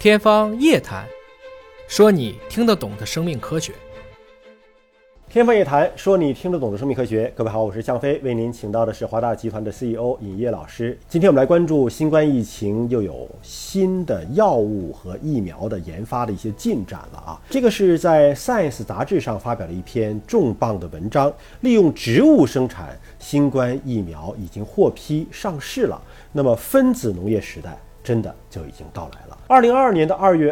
天方夜谭，说你听得懂的生命科学。 天方夜谭，说你听得懂的生命科学。各位好，我是向飞，为您请到的是华大集团的 CEO 尹烨老师。今天我们来关注新冠疫情又有新的药物和疫苗的研发的一些进展了啊。这个是在 Science 杂志上发表了一篇重磅的文章，利用植物生产新冠疫苗已经获批上市了。那么分子农业时代真的就已经到来了。2022年的2月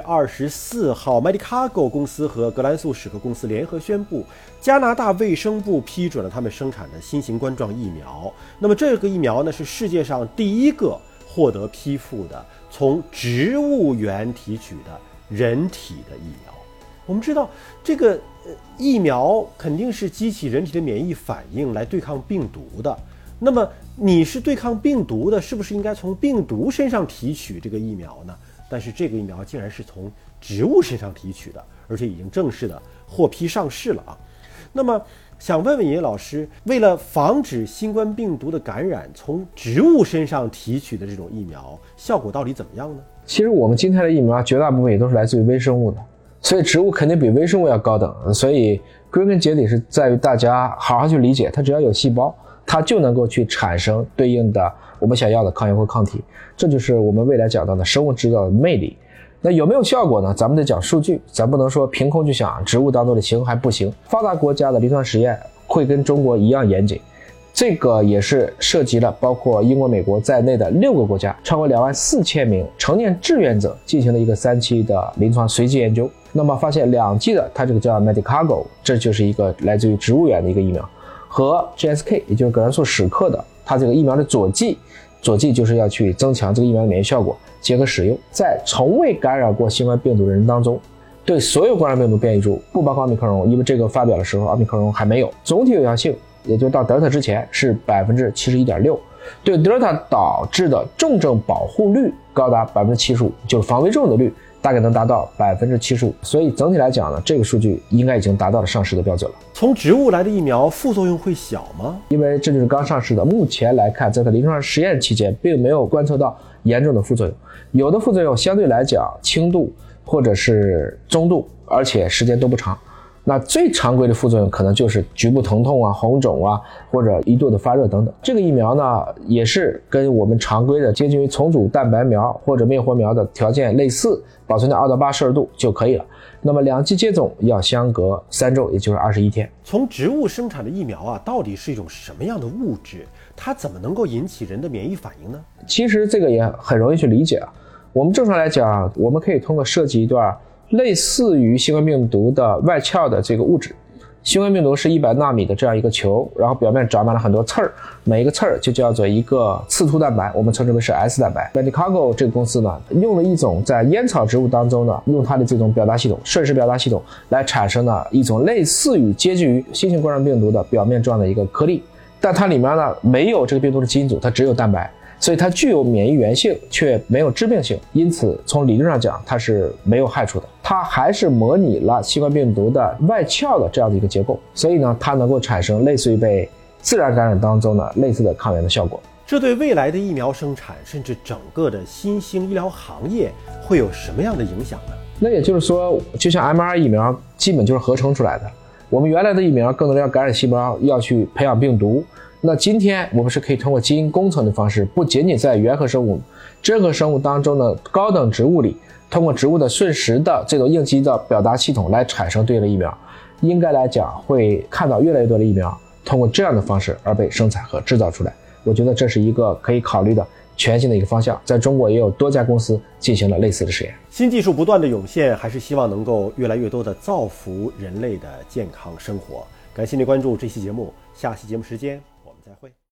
24号 Medicago 公司和格兰素史克公司联合宣布，加拿大卫生部批准了他们生产的新型冠状疫苗。那么这个疫苗呢，是世界上第一个获得批复的从植物源提取的人体的疫苗。我们知道这个疫苗肯定是激起人体的免疫反应来对抗病毒的。那么你是对抗病毒的，是不是应该从病毒身上提取这个疫苗呢？但是这个疫苗竟然是从植物身上提取的，而且已经正式的获批上市了啊。那么想问问尹烨老师，为了防止新冠病毒的感染，从植物身上提取的这种疫苗效果到底怎么样呢？ 其实我们今天的疫苗绝大部分也都是来自于微生物的，所以植物肯定比微生物要高等，所以归根结底是在于大家好好去理解，它只要有细胞，它就能够去产生对应的我们想要的抗原或抗体，这就是我们未来讲到的生物制造的魅力。那有没有效果呢？咱们得讲数据，咱不能说凭空去想植物当中的行还不行。发达国家的临床实验会跟中国一样严谨，这个也是涉及了包括英国、美国在内的6个国家，超过24000名成年志愿者进行了一个3期的临床随机研究。那么发现2剂的，它这个叫 Medicago， 这就是一个来自于植物源的一个疫苗，和 GSK 也就是格兰素史克的，它这个疫苗的佐剂就是要去增强这个疫苗的免疫效果，结合使用，在从未感染过新冠病毒的人当中，对所有冠状病毒变异株，不包括奥密克戎，因为这个发表的时候奥密克戎还没有，总体有效性也就到德尔塔之前是 71.6%， 对德尔塔导致的重症保护率高达 75%， 就是防危重的率大概能达到 75%， 所以整体来讲呢，这个数据应该已经达到了上市的标准了。 从植物来的疫苗副作用会小吗？ 因为这就是刚上市的，目前来看在它临床实验期间并没有观测到严重的副作用，有的副作用相对来讲轻度或者是中度，而且时间都不长。那最常规的副作用可能就是局部疼痛啊、红肿啊，或者一度的发热等等。这个疫苗呢，也是跟我们常规的接近于重组蛋白苗或者灭活苗的条件类似，保存在2到8摄氏度就可以了。那么2剂接种要相隔3周，也就是21天。 从植物生产的疫苗啊，到底是一种什么样的物质？它怎么能够引起人的免疫反应呢？ 其实这个也很容易去理解啊。我们正常来讲，我们可以通过设计一段类似于新冠病毒的外壳的这个物质。新冠病毒是100纳米的这样一个球，然后表面长满了很多刺儿，每一个刺儿就叫做一个刺突蛋白，我们称之为是 S 蛋白。Medicago 这个公司呢，用了一种在烟草植物当中呢，用它的这种表达系统，瞬时表达系统来产生了一种类似于接近于新型冠状病毒的表面状的一个颗粒，但它里面呢没有这个病毒的基因组，它只有蛋白，所以它具有免疫原性却没有致病性，因此从理论上讲它是没有害处的。它还是模拟了新冠病毒的外壳的这样的一个结构，所以呢它能够产生类似于被自然感染当中的类似的抗原的效果。 这对未来的疫苗生产甚至整个的新兴医疗行业会有什么样的影响呢？ 那也就是说，就像 mRNA 疫苗基本就是合成出来的，我们原来的疫苗更多的要感染细胞，要去培养病毒，那今天我们是可以通过基因工程的方式，不仅仅在原核生物、真核生物当中的高等植物里，通过植物的瞬时的这种应激的表达系统来产生对应的疫苗。应该来讲会看到越来越多的疫苗通过这样的方式而被生产和制造出来，我觉得这是一个可以考虑的全新的一个方向。在中国也有多家公司进行了类似的实验。 新技术不断的涌现，还是希望能够越来越多的造福人类的健康生活。感谢您关注这期节目，下期节目时间我们再会。